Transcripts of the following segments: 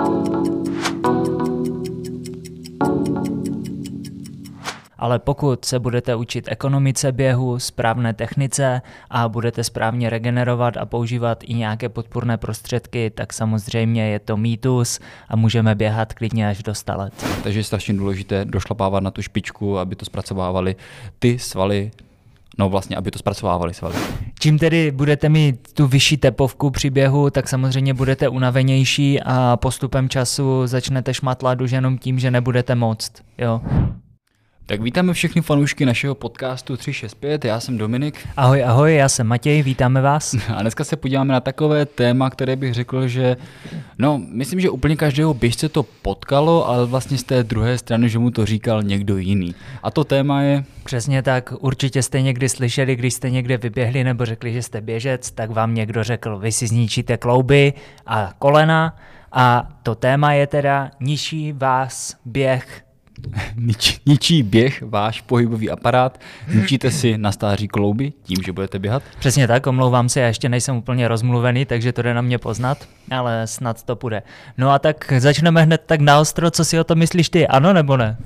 Ale pokud se budete učit ekonomice běhu, správné technice a budete správně regenerovat a používat i nějaké podpůrné prostředky, tak samozřejmě je to mýtus a můžeme běhat klidně až do 100 let. Takže je strašně důležité došlapávat na tu špičku, aby to zpracovávali ty svaly, aby to zpracovávali svaly. Čím tedy budete mít tu vyšší tepovku při běhu, tak samozřejmě budete unavenější a postupem času začnete šmatlat už jenom tím, že nebudete moct. Jo. Tak vítáme všechny fanoušky našeho podcastu 365, já jsem Dominik. Ahoj, já jsem Matěj, vítáme vás. A dneska se podíváme na takové téma, které bych řekl, že myslím, že úplně každého běžce to potkalo, ale vlastně z té druhé strany, že mu to říkal někdo jiný. A to téma je... Přesně tak, určitě jste někdy slyšeli, když jste někde vyběhli nebo řekli, že jste běžec, tak vám někdo řekl, vy si zničíte klouby a kolena a to téma je teda ničí vás běh. Ničí běh váš pohybový aparát, ničíte si na stáří klouby tím, že budete běhat? Přesně tak, omlouvám se, já ještě nejsem úplně rozmluvený, takže to jde na mě poznat, ale snad to půjde. No a tak začneme hned tak naostro, co si o tom myslíš ty, ano nebo ne?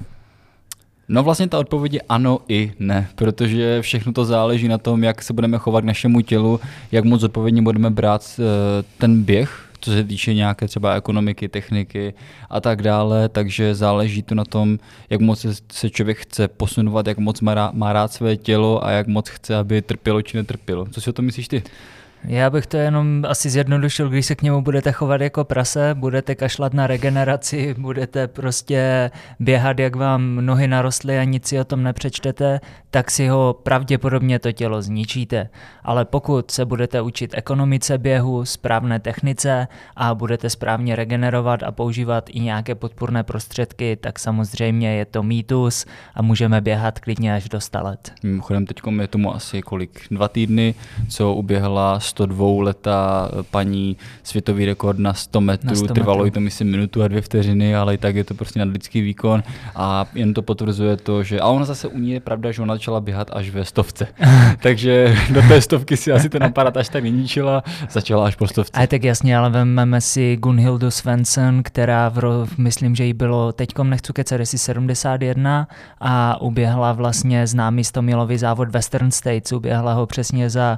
No vlastně ta odpověď je ano i ne, protože všechno to záleží na tom, jak se budeme chovat k našemu tělu, jak moc odpovědně budeme brát ten běh, co se týče nějaké třeba ekonomiky, techniky a tak dále, takže záleží to na tom, jak moc se člověk chce posunovat, jak moc má rád své tělo a jak moc chce, aby trpělo či netrpělo. Co si o tom myslíš ty? Já bych to jenom asi zjednodušil, když se k němu budete chovat jako prase, budete kašlat na regeneraci, budete prostě běhat, jak vám nohy narostly a nic si o tom nepřečtete, tak si ho pravděpodobně to tělo zničíte. Ale pokud se budete učit ekonomice běhu, správné technice a budete správně regenerovat a používat i nějaké podpůrné prostředky, tak samozřejmě je to mýtus a můžeme běhat klidně až do 100 let. Mimochodem teďkom je tomu asi 2 týdny, co uběhla 102 letá paní světový rekord na 100 metrů, trvalo jí to myslím minutu a 2 vteřiny, ale i tak je to prostě nadlidský výkon a jen to potvrzuje to, že a ona zase u ní je pravda, že ona začala běhat až ve 100. Takže do té 100 si asi ten aparát až tak neníčila, začala až po 100. A tak jasně, ale vememe si Gunhildu Svensson, která myslím, že jí bylo teďkom nechci kecat, jestli 71 a uběhla vlastně známý 100milový závod Western States, uběhla ho přesně za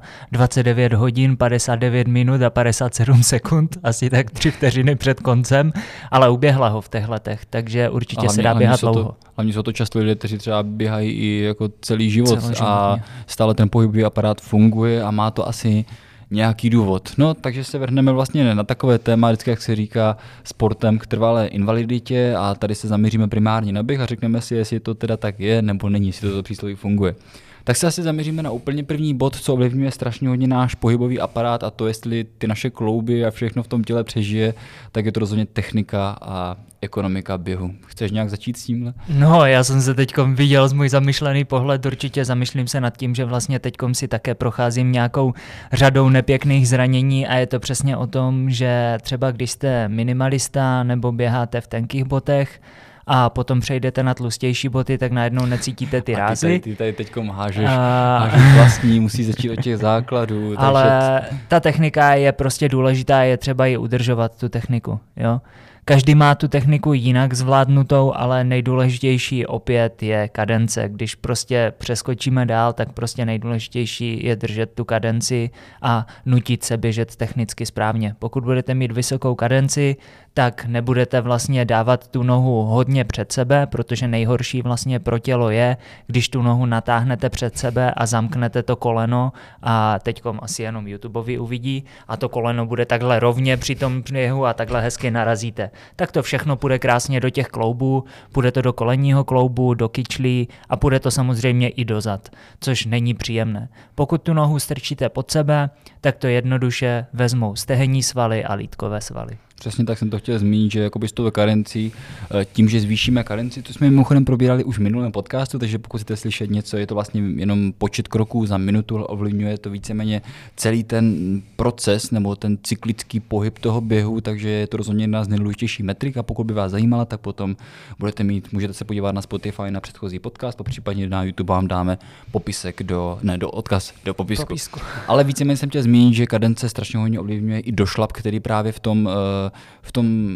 29 hodin, 59 minut a 57 sekund, asi tak 3 vteřiny před koncem, ale uběhla ho v těch letech, takže určitě se dá běhat dlouho. Hlavně jsou to často lidé, kteří třeba běhají i jako celý život a stále ten pohybový aparát funguje a má to asi nějaký důvod. No, takže se vrhneme vlastně na takové téma, vždycky jak se říká, sportem k trvalé invaliditě a tady se zaměříme primárně na běh a řekneme si, jestli to teda tak je nebo není, jestli toto přísloví funguje. Tak se asi zaměříme na úplně první bod, co ovlivňuje strašně hodně náš pohybový aparát a to, jestli ty naše klouby a všechno v tom těle přežije, tak je to rozhodně technika a ekonomika běhu. Chceš nějak začít s tímhle? No, já jsem se teďkom viděl z můj zamyšlený pohled, určitě zamýšlím se nad tím, že vlastně teďkom si také procházím nějakou řadou nepěkných zranění a je to přesně o tom, že třeba když jste minimalista nebo běháte v tenkých botech, a potom přejdete na tlustější boty, tak najednou necítíte ty rázy. Ty tady teďkom hážeš vlastní, musí začít od těch základů. Ale ta technika je prostě důležitá, je třeba ji udržovat, tu techniku. Jo? Každý má tu techniku jinak zvládnutou, ale nejdůležitější opět je kadence. Když prostě přeskočíme dál, tak prostě nejdůležitější je držet tu kadenci a nutit se běžet technicky správně. Pokud budete mít vysokou kadenci, tak nebudete vlastně dávat tu nohu hodně před sebe, protože nejhorší vlastně pro tělo je, když tu nohu natáhnete před sebe a zamknete to koleno a teďkom asi jenom YouTubeovi uvidí a to koleno bude takhle rovně při tom běhu a takhle hezky narazíte. Tak to všechno půjde krásně do těch kloubů, půjde to do kolenního kloubu, do kyčlí a půjde to samozřejmě i do zad, což není příjemné. Pokud tu nohu strčíte pod sebe, tak to jednoduše vezmou stehenní svaly a lítkové svaly. Přesně tak jsem to chtěl zmínit, že jakoby s tou karencí, tím, že zvýšíme karenci, to jsme mimochodem probírali už v minulém podcastu, takže pokud chcete slyšet něco, je to vlastně jenom počet kroků za minutu, ovlivňuje to víceméně celý ten proces nebo ten cyklický pohyb toho běhu, takže je to rozhodně jedna z nejdůležitějších metrik a pokud by vás zajímala, tak potom můžete se podívat na Spotify na předchozí podcast, popřípadně na YouTube vám dáme odkaz do popisku. Ale víceméně jsem chtěl zmínit, že kadence strašně hodně ovlivňuje i došlap, který právě v tom v tom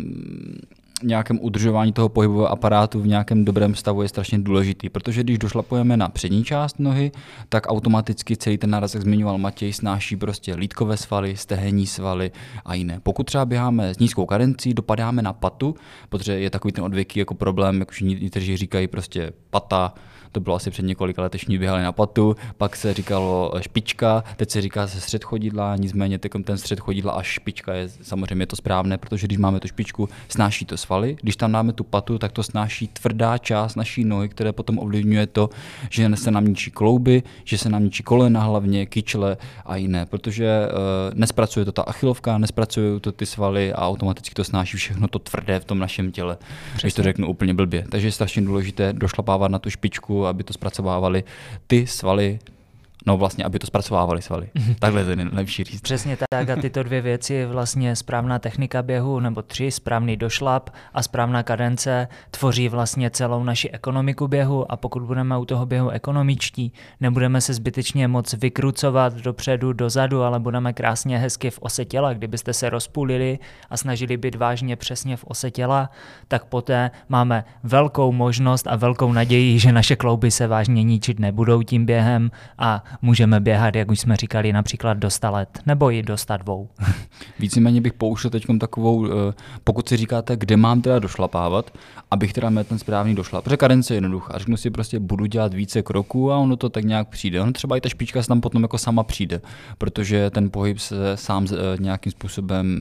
nějakém udržování toho pohybového aparátu v nějakém dobrém stavu je strašně důležitý, protože když došlapujeme na přední část nohy, tak automaticky celý ten náraz, jak zmiňoval Matěj, snáší prostě lýtkové svaly, stehenní svaly a jiné. Pokud třeba běháme s nízkou kadencí, dopadáme na patu, protože je takový ten odvěký jako problém, jak už někteří říkají prostě pata, to bylo asi před několika lety, všichni běhali na patu, pak se říkalo špička, teď se říká se střed chodidla, nicméně ten střed chodidla až špička je samozřejmě to správné, protože když máme tu špičku, snáší to svaly, když tam dáme tu patu, tak to snáší tvrdá část naší nohy, které potom ovlivňuje to, že se nám ničí klouby, že se nám ničí kolena hlavně, kyčle a jiné, protože nespracuje to ta achilovka, nespracují to ty svaly a automaticky to snáší všechno to tvrdé v tom našem těle, když to řeknu úplně blbě. Takže je strašně důležité došlapávat na tu špičku, aby to zpracovávali ty svaly, no vlastně, aby to zpracovávali svaly. Takhle je to nejlepší říct. Přesně tak a tyto dvě věci, vlastně správná technika běhu, nebo 3, správný došlap a správná kadence tvoří vlastně celou naši ekonomiku běhu a pokud budeme u toho běhu ekonomičtí, nebudeme se zbytečně moc vykrucovat dopředu, dozadu, ale budeme krásně hezky v ose těla. Kdybyste se rozpůlili a snažili být vážně přesně v ose těla, tak poté máme velkou možnost a velkou naději, že naše klouby se vážně ničit nebudou tím během a můžeme běhat, jak už jsme říkali, například do 100 let, nebo i do 102. Víceméně bych poušel teď takovou, pokud si říkáte, kde mám teda došlapávat, abych teda měl ten správný došlap. Protože kadence je jednoduchá. A řeknu si prostě, budu dělat více kroků a ono to tak nějak přijde. Ono třeba i ta špička se tam potom jako sama přijde, protože ten pohyb se sám nějakým způsobem,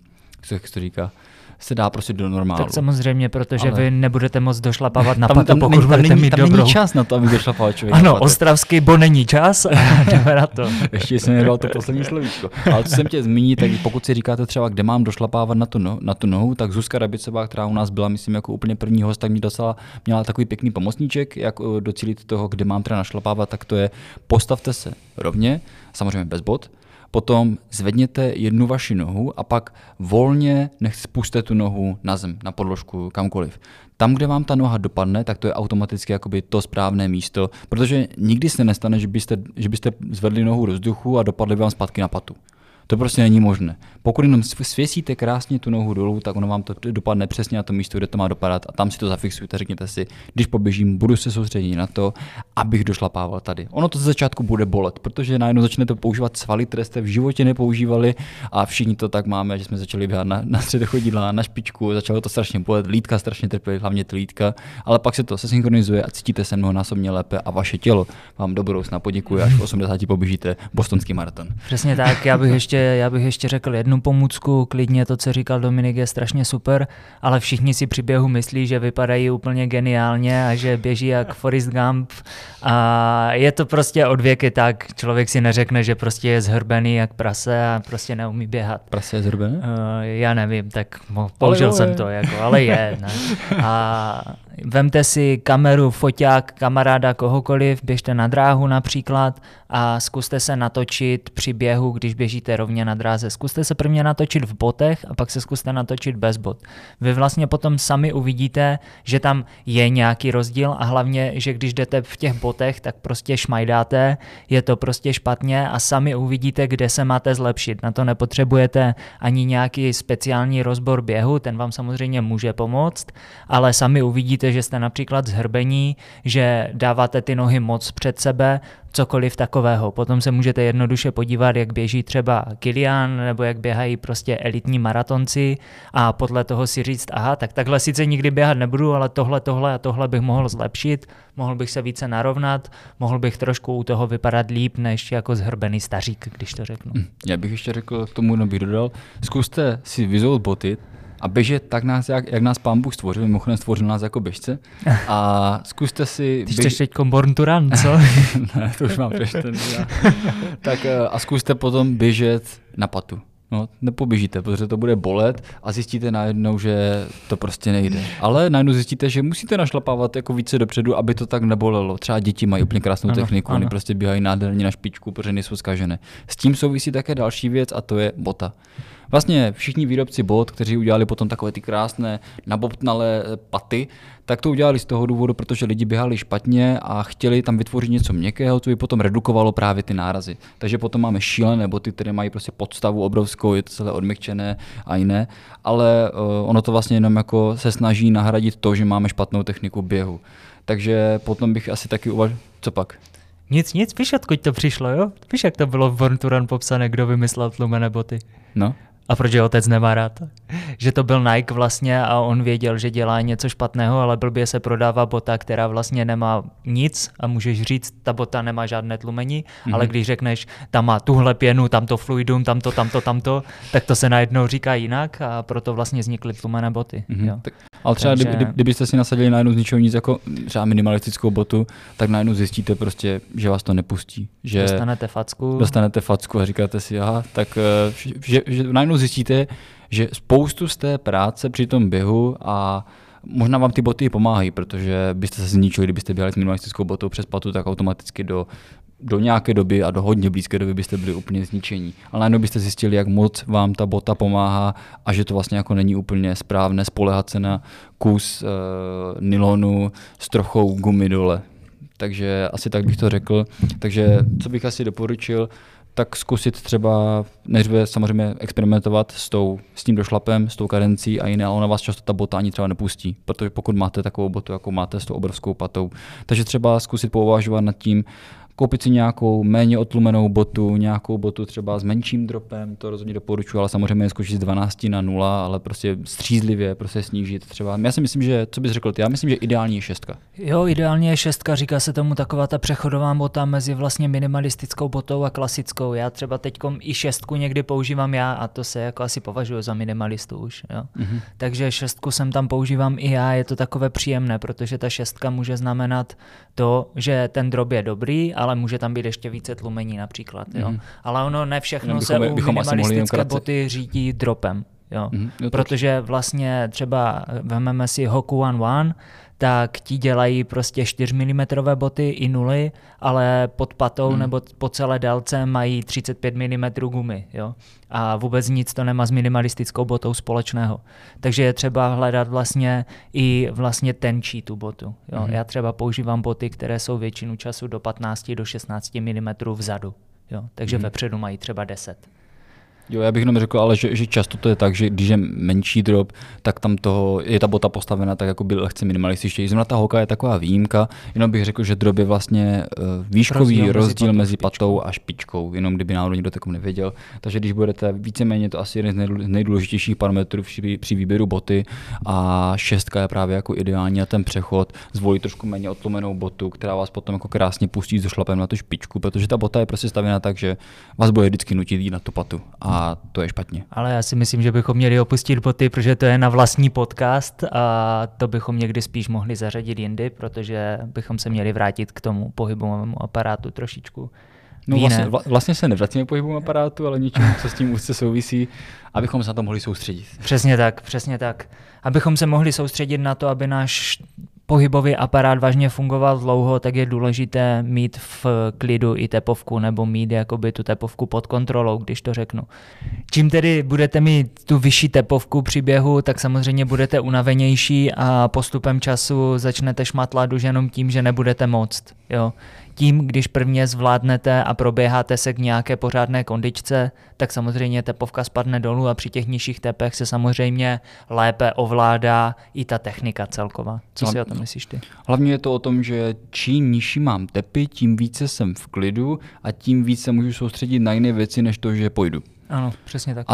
jak to říká, se dá prostě do normálu. Tak samozřejmě, protože vy nebudete moc došlapávat na patu, pokud budete mít dobrou. Tam není čas na to, aby došlapával člověk. Ano, ostravský, bo není čas. Jdeme na to. Ještě jsem nedal to poslední slovíčko. Ale co jsem tě zmínil, tak pokud si říkáte třeba, kde mám došlapávat na tu nohu, tak Zuzka Rabicová, která u nás byla, myslím, jako úplně první host, tak mi měla takový pěkný pomocníček, jak docílit toho, kde mám teda našlapávat, tak to je postavte se rovně, samozřejmě bez bot. Potom zvedněte jednu vaši nohu a pak volně spuste tu nohu na zem, na podložku, kamkoliv. Tam, kde vám ta noha dopadne, tak to je automaticky jakoby to správné místo, protože nikdy se nestane, že byste zvedli nohu do vzduchu a dopadli by vám zpátky na patu. To prostě není možné. Pokud jenom svěsíte krásně tu nohu dolů, tak ono vám to dopadne přesně na to místo, kde to má dopadat a tam si to zafixujte, řekněte si, když poběžím, budu se soustředit na to, abych došlapával tady. Ono to ze začátku bude bolet, protože najednou začnete používat svaly, které jste v životě nepoužívali a všichni to tak máme, že jsme začali běhat na střed chodidla, na špičku, začalo to strašně bolet, lítka strašně trpěly, hlavně ty lítka, ale pak se to synchronizuje a cítíte se mnohonásobně lépe a vaše tělo vám do budoucna poděkuje, až v 80 poběžíte bostonský maraton. Přesně tak, já bych ještě řekl jednu pomůcku, klidně to, co říkal Dominik, je strašně super, ale všichni si při běhu myslí, že vypadají úplně geniálně a že běží jak Forrest Gump a je to prostě od věky tak, člověk si neřekne, že prostě je zhrbený jak prase a prostě neumí běhat. Prase je zhrbený? Já nevím, tak použil jsem to, ale je. Ne? A vemte si kameru, foťák, kamaráda, kohokoliv, běžte na dráhu například a zkuste se natočit při běhu, když běžíte rovně na dráze. Zkuste se prvně natočit v botech a pak se zkuste natočit bez bot. Vy vlastně potom sami uvidíte, že tam je nějaký rozdíl a hlavně, že když jdete v těch botech, tak prostě šmajdáte, je to prostě špatně a sami uvidíte, kde se máte zlepšit. Na to nepotřebujete ani nějaký speciální rozbor běhu, ten vám samozřejmě může pomoct, ale sami uvidíte, že jste například zhrbení, že dáváte ty nohy moc před sebe, cokoliv takového. Potom se můžete jednoduše podívat, jak běží třeba Kilian, nebo jak běhají prostě elitní maratonci a podle toho si říct, aha, tak takhle sice nikdy běhat nebudu, ale tohle a tohle bych mohl zlepšit, mohl bych se více narovnat, mohl bych trošku u toho vypadat líp, než jako zhrbený stařík, když to řeknu. Já bych ještě řekl, k tomu bych dodal, zkuste si vyzout boty, a běžet tak nás, jak nás Pán Bůh stvořil, mimochodem stvořil nás jako běžce. A zkuste si... Ty jsi teď Born to Run, co? Ne, to už mám přečtený. Tak a zkuste potom běžet na patu. No, nepoběžíte, protože to bude bolet a zjistíte najednou, že to prostě nejde. Ale najednou zjistíte, že musíte našlapávat jako více dopředu, aby to tak nebolelo. Třeba děti mají úplně krásnou techniku, oni prostě běhají nádherně na špičku, protože nejsou zkažené. S tím souvisí také další věc a to je bota. Vlastně všichni výrobci bot, kteří udělali potom takové ty krásné nabobtnalé paty, tak to udělali z toho důvodu, protože lidi běhali špatně a chtěli tam vytvořit něco měkkého, co by potom redukovalo právě ty nárazy. Takže potom máme šílené boty, které mají prostě podstavu obrovskou, je to celé odměkčené a jiné, ale ono to vlastně jenom jako se snaží nahradit to, že máme špatnou techniku běhu. Takže potom bych asi taky uvažoval, co pak? Nic, víš, odkud to přišlo, jo? Víš, jak to bylo v Born to Run popsané, kdo vymyslel tlumené boty? No. A proč je otec nemá rád? Že to byl Nike vlastně a on věděl, že dělá něco špatného, ale blbě se prodává bota, která vlastně nemá nic a můžeš říct, ta bota nemá žádné tlumení, ale když řekneš, tam má tuhle pěnu, tamto fluidum, tamto, tak to se najednou říká jinak a proto vlastně vznikly tlumené boty. Jo. Tak, ale třeba kdybyste si nasadili najednou z ničeho nic jako třeba minimalistickou botu, tak najednou zjistíte prostě, že vás to nepustí. Že dostanete facku a říkáte si, aha, tak že najednou zjistíte, že spoustu z té práce při tom běhu a možná vám ty boty pomáhají, protože byste se zničili, kdybyste běhali s minimalistickou botou přes patu, tak automaticky do nějaké doby a do hodně blízké doby byste byli úplně zničení. Ale najednou byste zjistili, jak moc vám ta bota pomáhá a že to vlastně jako není úplně správné spoléhat se na kus nylonu s trochou gumy dole. Takže asi tak bych to řekl. Takže co bych asi doporučil, tak zkusit třeba nejdříve samozřejmě experimentovat s tím došlapem, s tou kadencí a jiné, ale ona vás často ta bota ani třeba nepustí, protože pokud máte takovou botu, jako máte s tou obrovskou patou. Takže třeba zkusit pouvažovat nad tím, koupit si nějakou méně otlumenou botu, nějakou botu třeba s menším dropem, to rozhodně doporučuji, ale samozřejmě neskočit z 12 na 0, ale prostě střízlivě prostě snížit třeba. Já si myslím, že, co bys řekl ty? Já myslím, že ideální je 6. Jo, ideálně je 6, říká se tomu taková ta přechodová bota mezi vlastně minimalistickou botou a klasickou. Já třeba teďkom i 6 někdy používám já a to se jako asi považuji za minimalistu už. Jo. Takže 6 sem tam používám i já, je to takové příjemné, protože ta 6 může znamenat to, že ten drop je dobrý, ale může tam být ještě více tlumení například. Jo. Ale ono ne všechno se u minimalistické boty řídí dropem. Jo. Protože vlastně třeba vezmeme si Hoku One One, tak ti dělají prostě 4 mm boty i nuly, ale pod patou nebo po celé délce mají 35 mm gumy. Jo? A vůbec nic to nemá s minimalistickou botou společného. Takže je třeba hledat vlastně i vlastně tenčí tu botu. Jo? Já třeba používám boty, které jsou většinu času do 15 do 16 mm vzadu. Jo? Takže vepředu mají třeba 10. Jo, já bych jenom řekl, ale že často to je tak, že když je menší drop, tak tam je ta bota postavena tak jako by lehce minimalističtěji. Zrovna ta Hoka je taková výjimka, jenom bych řekl, že drop je vlastně výškový rozdíl mezi patou a špičkou, jenom kdyby náhodou někdo takový nevěděl. Takže když budete víceméně, to asi jeden z nejdůležitějších parametrů při výběru boty a 6 je právě jako ideální a ten přechod, zvolit trošku méně otlumenou botu, která vás potom jako krásně pustí s došlapem na tu špičku, protože ta bota je prostě stavěna tak, že vás bude vždycky nutit jít na tu patu. A to je špatně. Ale já si myslím, že bychom měli opustit boty, protože to je na vlastní podcast a to bychom někdy spíš mohli zařadit jindy, protože bychom se měli vrátit k tomu pohybovému aparátu trošičku. No vlastně se nevracíme k pohybovému aparátu, ale něčemu, co s tím úzce souvisí, abychom se na to mohli soustředit. Přesně tak. Abychom se mohli soustředit na to, aby náš pohybový aparát vážně fungoval dlouho, tak je důležité mít v klidu i tepovku nebo mít jakoby tu tepovku pod kontrolou, když to řeknu. Čím tedy budete mít tu vyšší tepovku při běhu, tak samozřejmě budete unavenější a postupem času začnete šmatlat už jenom tím, že nebudete moct. Jo. Tím, když prvně zvládnete a proběháte se k nějaké pořádné kondičce, tak samozřejmě tepovka spadne dolů a při těch nižších tepech se samozřejmě lépe ovládá i ta technika celková. Co si o tom myslíš ty? Hlavně je to o tom, že čím nižší mám tepy, tím více jsem v klidu a tím více můžu soustředit na jiné věci, než to, že pojdu. Ano, přesně tak.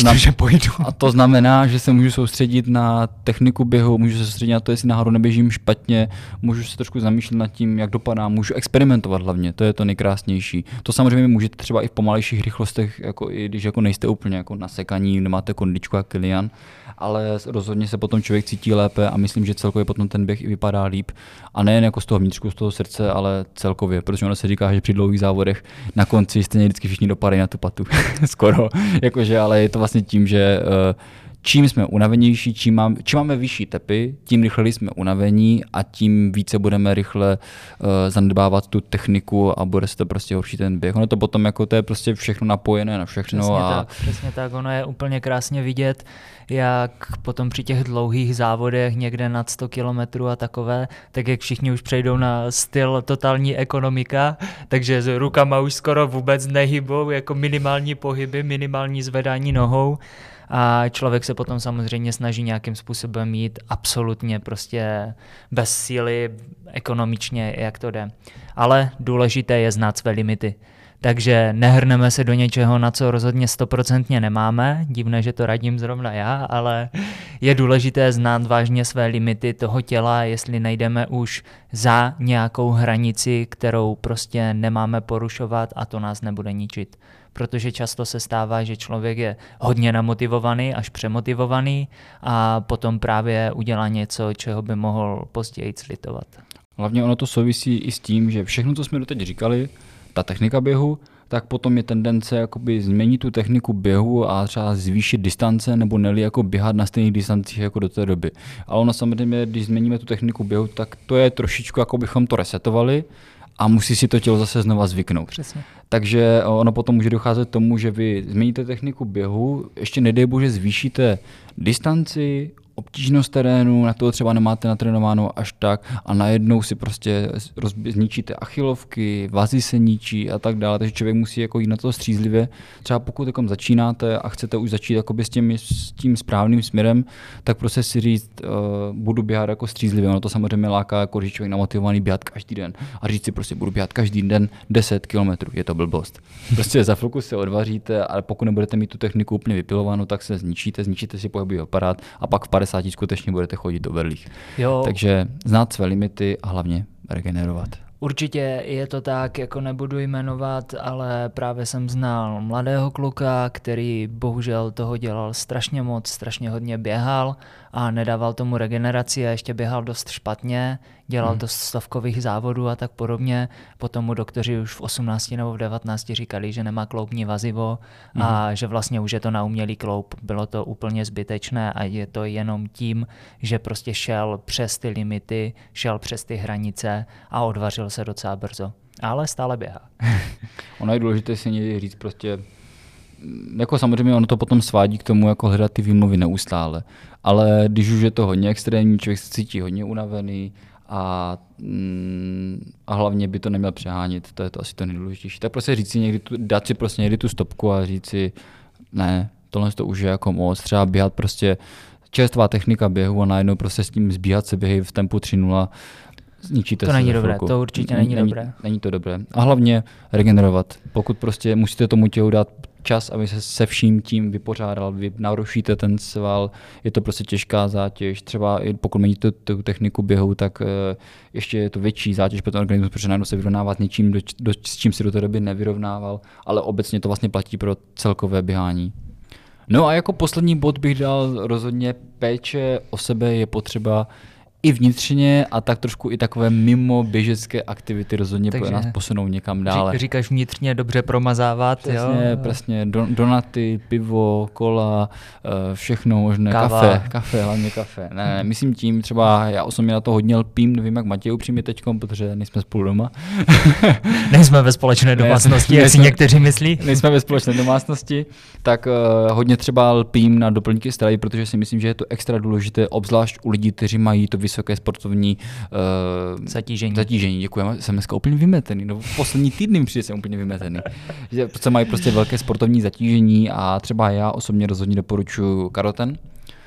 A to znamená, že se můžu soustředit na techniku běhu, můžu se soustředit na to, jestli náhodou neběžím špatně, můžu se trošku zamýšlet nad tím, jak dopadá, můžu experimentovat hlavně, to je to nejkrásnější. To samozřejmě můžete třeba i v pomalejších rychlostech, jako i když jako nejste úplně jako nasekaní, nemáte kondičku a Kilian, ale rozhodně se potom člověk cítí lépe a myslím, že celkově potom ten běh i vypadá líp. A nejen jako z toho vnitřku, z toho srdce, ale celkově, protože ono se říká, že při dlouhých závodech na konci stejně vždycky všichni dopadají na tu patu. Skoro. Jakože, ale je to vlastně tím, že čím jsme unavenější, čím máme vyšší tepy, tím rychleji jsme unavení a tím více budeme rychle zanedbávat tu techniku a bude se to prostě horší ten běh. Ono to potom jako to je prostě všechno napojené na všechno. Přesně tak, ono je úplně krásně vidět, jak potom při těch dlouhých závodech někde nad 100 kilometrů a takové, tak jak všichni už přejdou na styl totální ekonomika, takže s rukama už skoro vůbec nehybou, jako minimální pohyby, minimální zvedání nohou a člověk se potom samozřejmě snaží nějakým způsobem jít absolutně prostě bez síly, ekonomičně, jak to jde. Ale důležité je znát své limity. Takže nehrneme se do něčeho, na co rozhodně 100% nemáme. Divné, že to radím zrovna já, ale je důležité znát vážně své limity toho těla, jestli najdeme už za nějakou hranici, kterou prostě nemáme porušovat a to nás nebude ničit. Protože často se stává, že člověk je hodně namotivovaný, až přemotivovaný a potom právě udělá něco, čeho by mohl později litovat. Hlavně ono to souvisí i s tím, že všechno, co jsme doteď říkali, ta technika běhu, tak potom je tendence jakoby změnit tu techniku běhu a třeba zvýšit distance nebo neli jako běhat na stejných distancích jako do té doby. Ale ono samozřejmě, když změníme tu techniku běhu, tak to je trošičku, jako bychom to resetovali a musí si to tělo zase znova zvyknout. Přesně. Takže ono potom může docházet k tomu, že vy změníte techniku běhu, ještě nedej bože zvýšíte distanci, obtížnost terénu, na toho třeba nemáte natrénováno až tak a najednou si prostě zničíte achilovky, vazy se ničí a tak dále, takže člověk musí jako jít na to střízlivě. Třeba pokud začínáte a chcete už začít s tím správným směrem, tak prostě si říct, budu běhat jako střízlivě. Ono to samozřejmě láká, jako když člověk namotivovaný běhat každý den a říct si prostě budu běhat každý den 10 kilometrů. Je to blbost. Prostě za chvilku se odvaříte, ale pokud nebudete mít tu techniku úplně vypilovanou, tak se zničíte si pohybový aparát a pak v 50 skutečně budete chodit do berlích. Takže znát své limity a hlavně regenerovat. Určitě je to tak, jako nebudu jmenovat, ale právě jsem znal mladého kluka, který bohužel toho dělal strašně moc, strašně hodně běhal a nedával tomu regeneraci a ještě běhal dost špatně, dělal dost stovkových závodů a tak podobně. Potom mu doktoři už v 18 nebo v 19 říkali, že nemá kloubní vazivo a že vlastně už je to na umělý kloub. Bylo to úplně zbytečné a je to jenom tím, že prostě šel přes ty limity, šel přes ty hranice a odvařil se docela brzo. Ale stále běhá. Ono je důležité si někdy říct prostě, jako samozřejmě ono to potom svádí k tomu, jako hledat ty výmluvy neustále. Ale když už je to hodně extrémní, člověk se cítí hodně unavený a hlavně by to neměl přehánět, to je to asi to nejdůležitější. Tak prostě říct si někdy, dát si prostě někdy tu stopku a říct si, ne, tohle to už je jako moc, třeba běhat prostě čerstvá technika běhu a najednou prostě s tím zbíhat se běhy v tempu 3.0, zničíte to se. Není dobré, to určitě není dobré. Není to dobré. A hlavně regenerovat. Pokud prostě musíte tomu tělu dát čas, aby se vším tím vypořádal, vy narušíte ten sval, je to prostě těžká zátěž, třeba i pokud měníte tu techniku běhu, tak ještě je to větší zátěž pro ten organismus, protože najednou se vyrovnává s něčím, s čím si do té doby nevyrovnával, ale obecně to vlastně platí pro celkové běhání. No a jako poslední bod bych dal rozhodně péče o sebe je potřeba i vnitřně a tak trošku i takové mimo běžecké aktivity rozhodně nás posunou někam dále. Říkáš vnitřně dobře promazávat. Přesně, donaty, pivo, kola, všechno možné, kafe, hlavně kafe. Ne, myslím tím třeba, já osobně na to hodně lpím, nevím jak Matěj upřímně teďkom, protože nejsme spolu doma. Nejsme ve společné domácnosti, jak si někteří myslí. Nejsme ve společné domácnosti, tak hodně třeba lpím na doplňky stravy, protože si myslím, že je to extra důležité, obzvlášť u lidí, kteří mají to vysoké sportovní zatížení. Děkujeme, jsem dneska úplně vymetený, no v poslední týdny přijde jsem úplně vymetený. Že mají prostě velké sportovní zatížení a třeba já osobně rozhodně doporučuji karoten,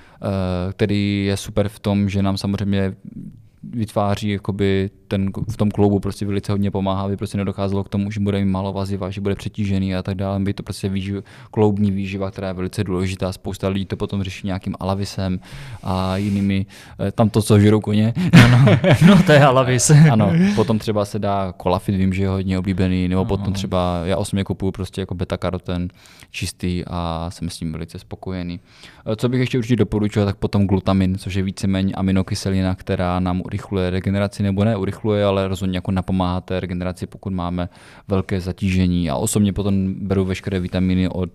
který je super v tom, že nám samozřejmě vytváří jakoby v tom kloubu prostě velice hodně pomáhá, aby prostě nedocházelo k tomu, že bude mít málo vaziva, že bude přetížený a tak dále. By to prostě kloubní výživa, která je velice důležitá. Spousta lidí to potom řeší nějakým alavisem a jinými, tam to, co žerou koně. No to je alavis. Ano, potom třeba se dá kolafit, vím, že je hodně oblíbený, nebo potom třeba, já osobně kupuju prostě jako beta-karoten čistý a jsem s tím velice spokojený. Co bych ještě určitě doporučil, tak potom glutamin, což je víceméně aminokyselina, která nám urychluje regeneraci, nebo ne urychluje, ale rozhodně jako napomáhá té regeneraci, pokud máme velké zatížení. A osobně potom beru veškeré vitaminy od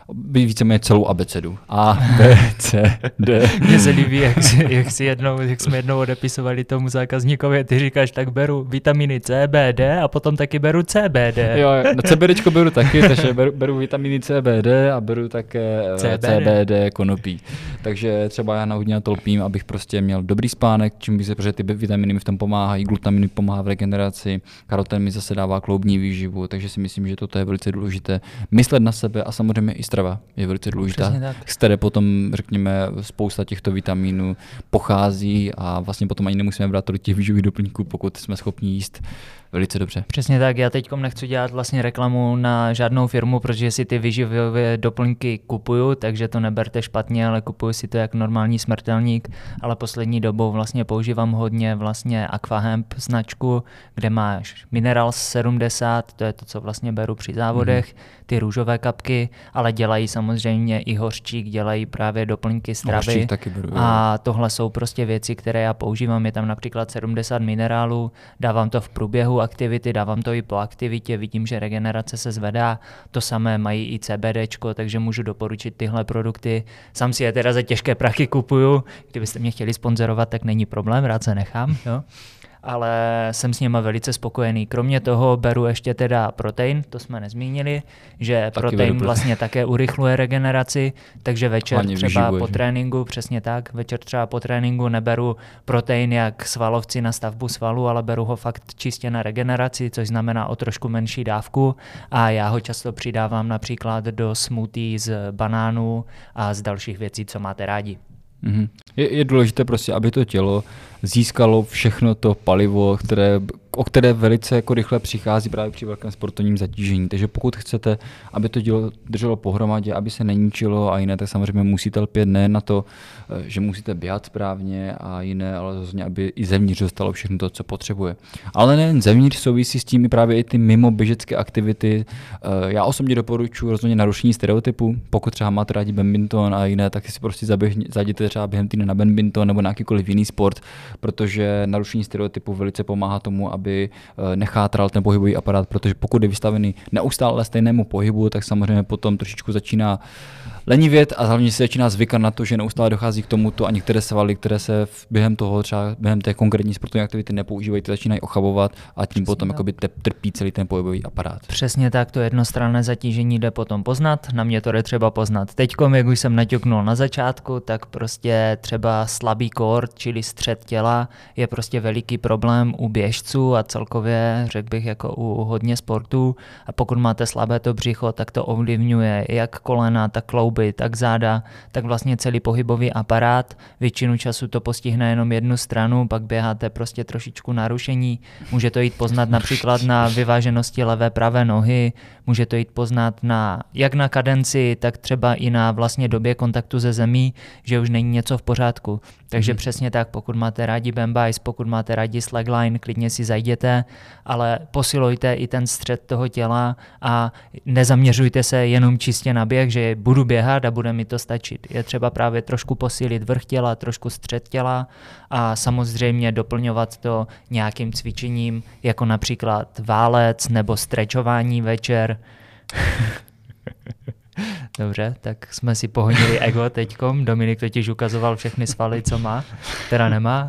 víceméně celou abecedu. A, B, C, D. Mně se líbí, jak jsme jednou odepisovali tomu zákazníkovi, ty říkáš, tak beru vitaminy C, B, D a potom taky beru C, B, D. Jo, no CBDčko beru taky, takže beru vitaminy C, B, D a beru také CBD konopí. Takže třeba já hodně tolpím, abych prostě měl dobrý spánek, čím by se, protože ty vitaminy mi v tom pomáhají, glutamin pomáhá v regeneraci, karoten mi zase dává kloubní výživu, takže si myslím, že toto je velice důležité. Myslet na sebe a samozřejmě i strava je velice důležitá, z které potom, řekněme, spousta těchto vitamínů pochází a vlastně potom ani nemusíme brát tolik těch výživových doplňků, pokud jsme schopni jíst velice dobře. Přesně tak, já teďkom nechci dělat vlastně reklamu na žádnou firmu, protože si ty výživové doplňky kupuju, takže to neberte špatně, ale kupuju si to jako normální smrtelník, ale poslední dobou vlastně používám hodně vlastně Aquahemp značku, kde máš Minerals 70, to je to, co vlastně beru při závodech, ty růžové kapky, ale dělají samozřejmě i hořčík, dělají právě doplňky stravy a tohle jsou prostě věci, které já používám, je tam například 70 minerálů, dávám to v průběhu aktivity, dávám to i po aktivitě, vidím, že regenerace se zvedá, to samé mají i CBDčko, takže můžu doporučit tyhle produkty. Sám si je teda za těžké prachy kupuju, kdybyste mě chtěli sponzorovat, tak není problém, rád se nechám, jo. Ale jsem s nimi velice spokojený. Kromě toho beru ještě teda protein, to jsme nezmínili, že protein vlastně také urychluje regeneraci, takže večer třeba po tréninku, přesně tak, večer třeba po tréninku neberu protein jak svalovci na stavbu svalu, ale beru ho fakt čistě na regeneraci, což znamená o trošku menší dávku a já ho často přidávám například do smoothie z banánů a z dalších věcí, co máte rádi. Je důležité prostě, aby to tělo získalo všechno to palivo, o které velice jako rychle přichází právě při velkém sportovním zatížení. Takže pokud chcete, aby to tělo drželo pohromadě, aby se neníčilo a jiné, tak samozřejmě musíte lpět ne na to, že musíte běhat správně a jiné, ale rozhodně, aby i zevnitř dostalo všechno to, co potřebuje. Ale nejen zevnitř, souvisí s tím i právě i ty mimo běžecké aktivity. Já osobně doporučuji rozhodně narušení stereotypu. Pokud třeba máte rádi badminton a jiné, tak si prostě zajděte třeba během týdne na badminton nebo na jakýkoliv jiný sport, protože narušení stereotypu velice pomáhá tomu, aby nechátral ten pohybový aparát, protože pokud je vystavený neustále stejnému pohybu, tak samozřejmě potom trošičku začíná lenivět a hlavně se začíná zvykat na to, že neustále dochází k tomuto a některé svaly, které se během toho třeba během té konkrétní sportovní aktivity nepoužívají, ty začínají ochabovat a tím potom jakoby trpí celý ten pohybový aparát. Přesně tak, to jednostranné zatížení jde potom poznat, na mě to jde třeba poznat teďkom, jak už jsem naťuknul na začátku, tak prostě třeba slabý core, čili střed těla je prostě veliký problém u běžců a celkově řekl bych jako u hodně sportů a pokud máte slabé to břicho, tak to ovlivňuje jak kolena, tak klouby, tak záda, tak vlastně celý pohybový aparát. Většinu času to postihne jenom jednu stranu, pak běháte prostě trošičku narušení. Může to jít poznat například na vyváženosti levé pravé nohy, může to jít poznat jak na kadenci, tak třeba i na vlastně době kontaktu ze zemí, že už není něco v pořádku. Takže přesně tak, pokud máte rádi bambais, pokud máte rádi slackline, klidně si zajděte, ale posilujte i ten střed toho těla a nezaměřujte se jenom čistě na běh, že budu běhat a bude mi to stačit. Je třeba právě trošku posílit vrch těla, trošku střed těla a samozřejmě doplňovat to nějakým cvičením, jako například válec nebo stretchování večer. Dobře, tak jsme si pohodili ego teďkom. Dominik totiž ukazoval všechny svaly, co má, teda nemá.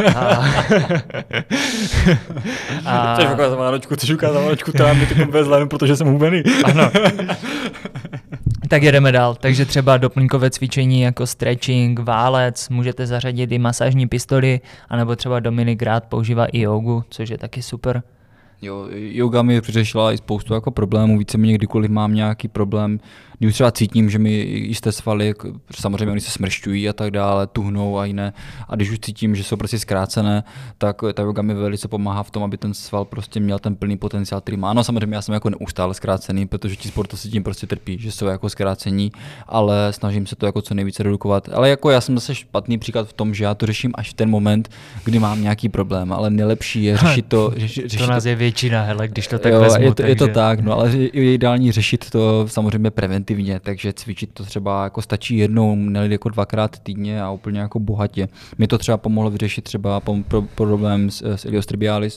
Chceš ukázat Vánočku, která mi teď vezla jenom protože jsem hubený. Ano. Tak jedeme dál. Takže třeba doplňkové cvičení jako stretching, válec, můžete zařadit i masážní pistoli, anebo třeba Dominik rád používá i jogu, což je taky super. Jo, yoga mi vyřešila i spoustu jako problémů, víceméně kdykoliv mám nějaký problém, když třeba cítím, že mi jisté svaly, samozřejmě oni se smršťují a tak dále, tuhnou a jiné, a když už cítím, že jsou prostě zkrácené, tak ta yoga mi velice pomáhá v tom, aby ten sval prostě měl ten plný potenciál, který má. No samozřejmě já jsem jako neustále zkrácený, protože ti sportovci tím prostě trpí, že jsou jako zkrácení, ale snažím se to jako co nejvíce redukovat. Ale jako já jsem zase špatný příklad v tom, že já to řeším až v ten moment, kdy mám nějaký problém, ale nejlepší je řešit to. To nás je většina, hele, když to tak vezmu. Je to tak, no ale je ideální řešit to samozřejmě preventivně, takže cvičit to třeba jako stačí jednou, ne jako 2krát týdně a úplně jako bohatě. Mě to třeba pomohlo vyřešit třeba problém s iliostribialis,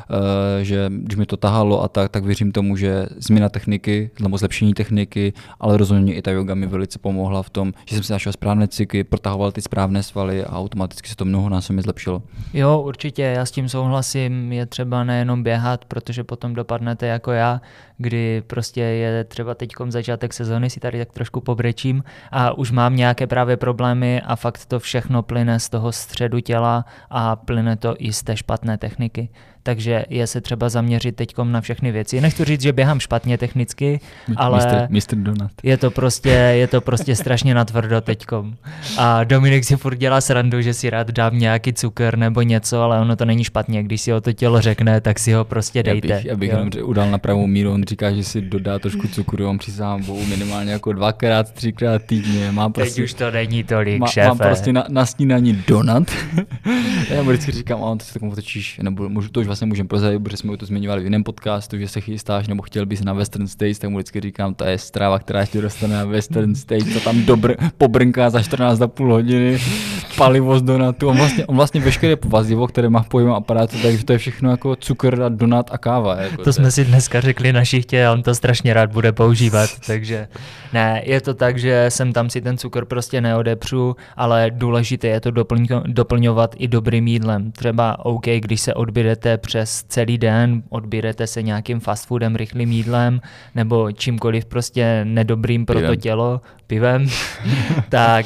že když mi to tahalo a tak věřím tomu, že změna techniky, nebo zlepšení techniky, ale rozhodně i ta yoga mi velice pomohla v tom, že jsem si našel správné cykly, protahoval ty správné svaly a automaticky se to mnohonásobně zlepšilo. Jo, určitě, já s tím souhlasím, je třeba nejenom běhat, protože potom dopadnete jako já, kdy prostě je třeba teďkom začátek sezóny, si tady tak trošku pobrečím a už mám nějaké právě problémy a fakt to všechno plyne z toho středu těla a plyne to i z té špatné techniky. Takže je se třeba zaměřit teďkom na všechny věci. Nechci říct, že běhám špatně technicky, ale Mr. Donut. Je to prostě strašně natvrdo teďkom. A Dominik si furt dělá srandu, že si rád dám nějaký cukr nebo něco, ale ono to není špatně. Když si ho to tělo řekne, tak si ho prostě dejte. Já bych jenom udal na pravou míru. On říká, že si dodá trošku cukru, on přísahám Bohu minimálně jako 2x, 3x týdně. Teď už to není tolik, šéfe. Mám prostě na snídaní donut. Já mu vždycky říkám, on to si takovou točíš, nebo to už vlastně můžeme prozradit, protože jsme to zmiňovali v jiném podcastu, že se chystáš nebo chtěl bys na Western States, tak mu vždycky říkám, to je strava, která ještě dostane na Western States, to tam pobrnká za 14,5 hodiny, palivo z donatu. On vlastně veškeré vazivo, které má v pohybovém aparátu, takže to je všechno jako cukr a donut a káva. Jako to jsme si dneska řekli na šichtě a on to strašně rád bude používat, takže ne, je to tak, že sem tam si ten cukr prostě neodepřu, ale důležité je to doplňovat i dobrým jídlem. Třeba OK, když se odbydete přes celý den, odbydete se nějakým fast foodem, rychlým jídlem nebo čímkoliv prostě nedobrým pro to tělo, pivem, tak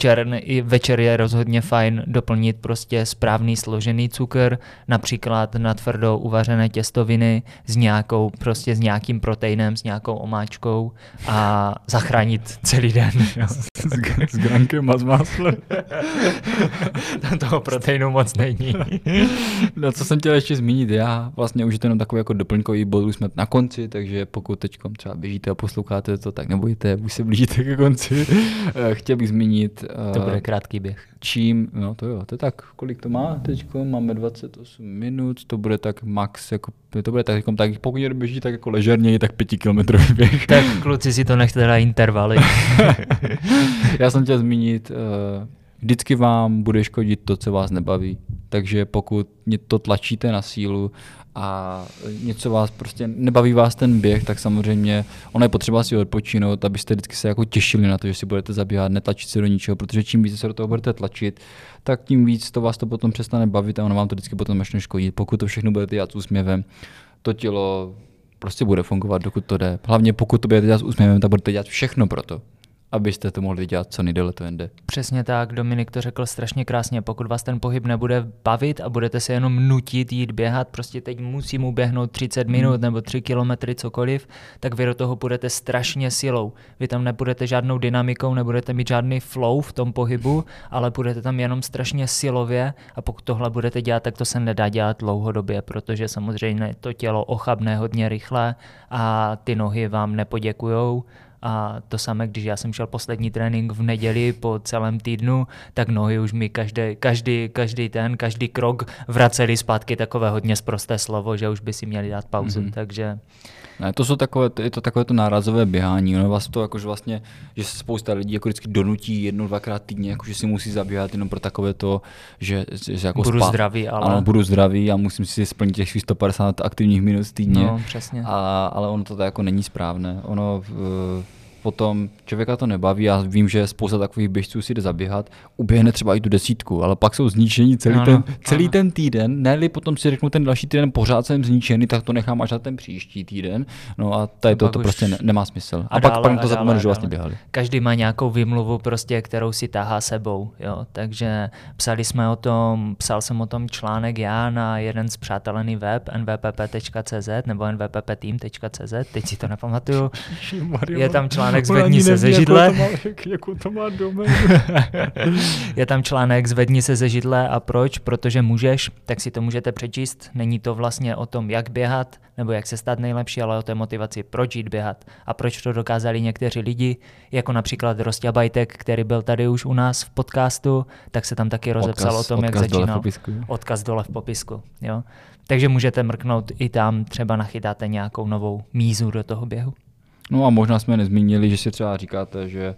večer je rozhodně fajn doplnit prostě správný složený cukr, například na tvrdou uvařené těstoviny s nějakým proteinem, s nějakou omáčkou a zachránit celý den. S grankem a s máslem. Toho proteinu moc není. No, co jsem chtěl ještě zmínit, já vlastně už je to jenom takový jako doplňkový bod, už jsme na konci, takže pokud teďkom třeba běžíte a posloucháte to, tak nebojte, už se blížíte ke konci. Chtěl bych zmínit... To bude krátký běh. No to jo, to je tak, kolik to má teďko, máme 28 minut, to bude tak max, jako, to bude tak pokud někdo běží tak jako ležerně, tak 5 kilometrový běh. Tak kluci si to nechte na intervaly. Já jsem chtěl zmínit, vždycky vám bude škodit to, co vás nebaví. Takže pokud to tlačíte na sílu a něco vás prostě nebaví vás ten běh, tak samozřejmě ono je potřeba si odpočinout, abyste vždycky se jako těšili na to, že si budete zabíhat, netlačit se do ničeho, protože čím víc se do toho budete tlačit, tak tím víc to vás to potom přestane bavit a ono vám to vždycky potom začne škodit. Pokud to všechno budete dělat s úsměvem, to tělo prostě bude fungovat, dokud to jde. Hlavně pokud to budete dělat s úsměvem, tak budete dělat všechno pro to, abyste to mohli dělat co nejdéle to jen jde. Přesně tak, Dominik to řekl strašně krásně, pokud vás ten pohyb nebude bavit a budete se jenom nutit jít běhat, prostě teď musím uběhnout 30 minut nebo 3 kilometry, cokoliv, tak vy do toho budete strašně silou. Vy tam nebudete žádnou dynamikou, nebudete mít žádný flow v tom pohybu, ale budete tam jenom strašně silově a pokud tohle budete dělat, tak to se nedá dělat dlouhodobě, protože samozřejmě to tělo ochabne hodně rychle a ty nohy vám nepoděkujou. A to samé, když já jsem šel poslední trénink v neděli po celém týdnu, tak nohy už mi každý krok vraceli zpátky, takové hodně sprosté slovo, že už by si měli dát pauzu, takže... Ne, je to takové to nárazové běhání, ono vás to jakože vlastně, že se spousta lidí jako vždycky donutí 1-2krát týdně, jakože si musí zabíhat jenom pro takové to, že jako budu zdravý, ale... Ano, budu zdravý a musím si splnit těch 150 aktivních minut týdně, no, přesně. Ale ono to jako není správné, potom člověka to nebaví, já vím, že spousta takových běžců si jde zaběhat, uběhne třeba i tu 10, ale pak jsou zničení celý ten týden, ne-li potom si řeknu ten další týden pořád jsem zničený, tak to nechám až na ten příští týden, no a tady to prostě nemá smysl. A pak to zapomenu, že vlastně běhali. Každý má nějakou výmluvu prostě, kterou si tahá sebou, jo, takže psal jsem o tom článek já na jeden zpřátelený web nvpp.cz nebo nvppteam.cz, teď si to nepamatuju, je tam článek článek Zvedni se ze židle. Jakou to má doménu. Je tam článek Zvedni se ze židle a proč? Protože můžeš, tak si to můžete přečíst. Není to vlastně o tom, jak běhat, nebo jak se stát nejlepší, ale o té motivaci, proč jít běhat a proč to dokázali někteří lidi, jako například Rostia Bajtek, který byl tady už u nás v podcastu, tak se tam taky rozepsal o tom, jak začínal. Odkaz dole v popisku. Jo? Takže můžete mrknout i tam, třeba nachytáte nějakou novou mízu do toho běhu. No a možná jsme nezmínili, že si třeba říkáte, že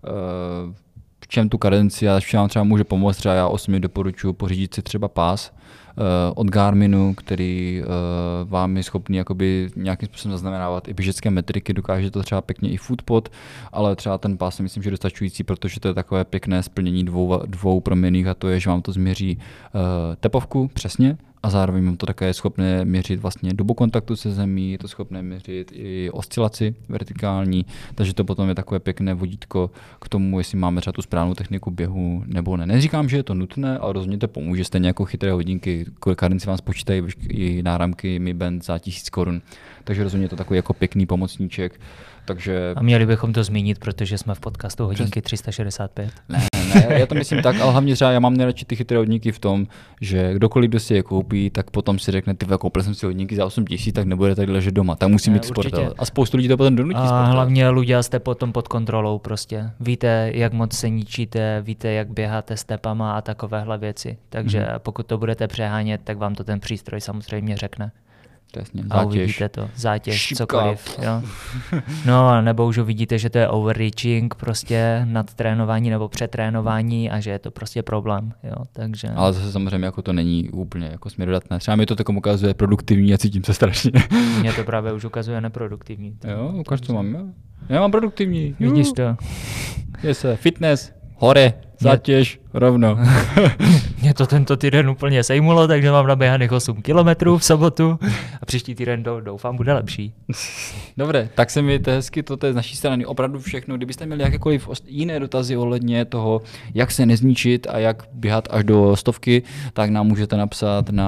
v čem tu kadenci a v čem vám třeba může pomoct, třeba já osobně doporučuji pořídit si třeba pás od Garminu, který vám je schopný jakoby nějakým způsobem zaznamenávat i běžecké metriky, dokáže to třeba pěkně i Footpod, ale třeba ten pás si myslím, že je dostačující, protože to je takové pěkné splnění dvou proměnných a to je, že vám to změří tepovku přesně, a zároveň vám to také je schopné měřit vlastně dobu kontaktu se zemí, je to schopné měřit i oscilaci vertikální, takže to potom je takové pěkné vodítko k tomu, jestli máme třeba tu správnou techniku běhu nebo ne. Neříkám, že je to nutné, ale rozhodně to pomůže, stejně jako chytré hodinky, kadenci vám spočítají i náramky Mi Band za 1000 korun, takže rozhodně je to takový jako pěkný pomocníček. Takže... A měli bychom to zmínit, protože jsme v podcastu hodinky 365. Ne, já to myslím tak, ale hlavně třeba já mám nejradši ty chytré hodinky v tom, že kdokoliv, kdo si je koupí, tak potom si řekne, ty koupil jsem si hodinky za 8 000, tak nebude tady ležet doma, tak musím mít sportovat. A spoustu lidí to potom donutí sportovat. A hlavně lidé jste potom pod kontrolou prostě. Víte, jak moc se ničíte, víte, jak běháte stepama a takovéhle věci. Takže pokud to budete přehánět, tak vám to ten přístroj samozřejmě řekne. Jasně, a uvidíte to, zátěž, cokoliv. Jo. No nebo už uvidíte, že to je overreaching, prostě nadtrénování nebo přetrénování a že je to prostě problém. Jo. Takže... Ale zase samozřejmě jako to není úplně jako směrodatné. Třeba mi to takom ukazuje produktivní a cítím se strašně. Mně to právě už ukazuje neproduktivní. Jo, ukáž, co mám. Já mám produktivní. Vidíš to. Je se fitness, hore, zátěž, rovno. Mě to tento týden úplně sejmulo, takže mám naběhaných 8 kilometrů v sobotu a příští týden doufám bude lepší. Dobré, tak se mi to hezky, toto je z naší strany opravdu všechno. Kdybyste měli jakékoliv jiné dotazy ohledně toho, jak se nezničit a jak běhat až do 100, tak nám můžete napsat na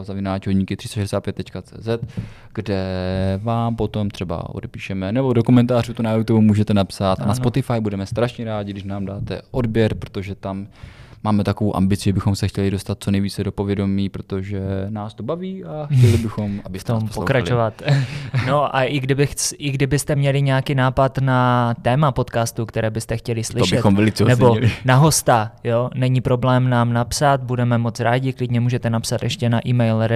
info@hodinky365.cz, kde vám potom třeba odepíšeme, nebo do komentářů to na YouTube můžete napsat. A na Spotify budeme strašně rádi, když nám dáte odběr, protože tam máme takovou ambici, že bychom se chtěli dostat co nejvíce do povědomí, protože nás to baví a chtěli bychom, aby v tom pokračovat. No a i kdybyste měli nějaký nápad na téma podcastu, které byste chtěli slyšet, nebo na hosta, jo, není problém nám napsat, budeme moc rádi, klidně můžete napsat ještě na e-mail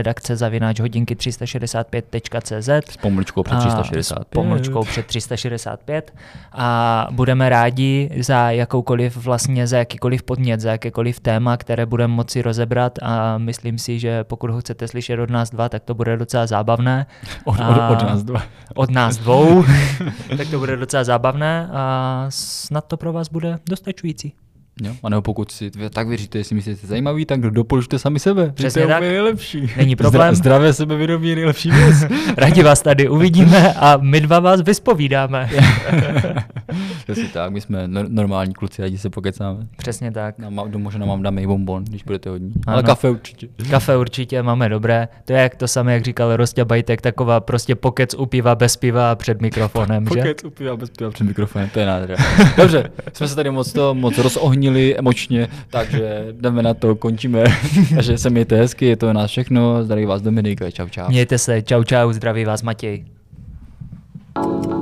redakce@hodinky365.cz s pomlčkou před 365. S pomlčkou před 365 a budeme rádi za jakýkoliv podnět, za jakékoliv téma, které budeme moci rozebrat a myslím si, že pokud ho chcete slyšet od nás dva, tak to bude docela zábavné. Od nás dva. Od nás dvou. Tak to bude docela zábavné a snad to pro vás bude dostačující. Jo, a nebo pokud si tak věříte, jestli myslíte zajímavý, tak doporučte sami sebe. Přesně tak. To je nejlepší. Není problém. Zdravé sebevědomí je nejlepší věc. Rádi vás tady uvidíme a my dva vás vyspovídáme. Přesně tak, my jsme normální kluci, rádi se pokecáme. Přesně tak. Možná vám dáme i bonbon, když budete hodní. Ale kafe určitě. Kafe určitě máme dobré. To je jak to samé, jak říkal Rostia Bajtek, taková prostě pokec u piva bez piva před mikrofonem, že? Pokec u piva bez piva před mikrofonem, to je nádhera. Dobře, jsme se tady moc rozohnili emočně, takže jdeme na to, končíme. Takže se mějte hezky, je to na nás všechno. Zdraví vás Dominik, čau čau. Mějte se, čau čau, zdraví vás Matěj.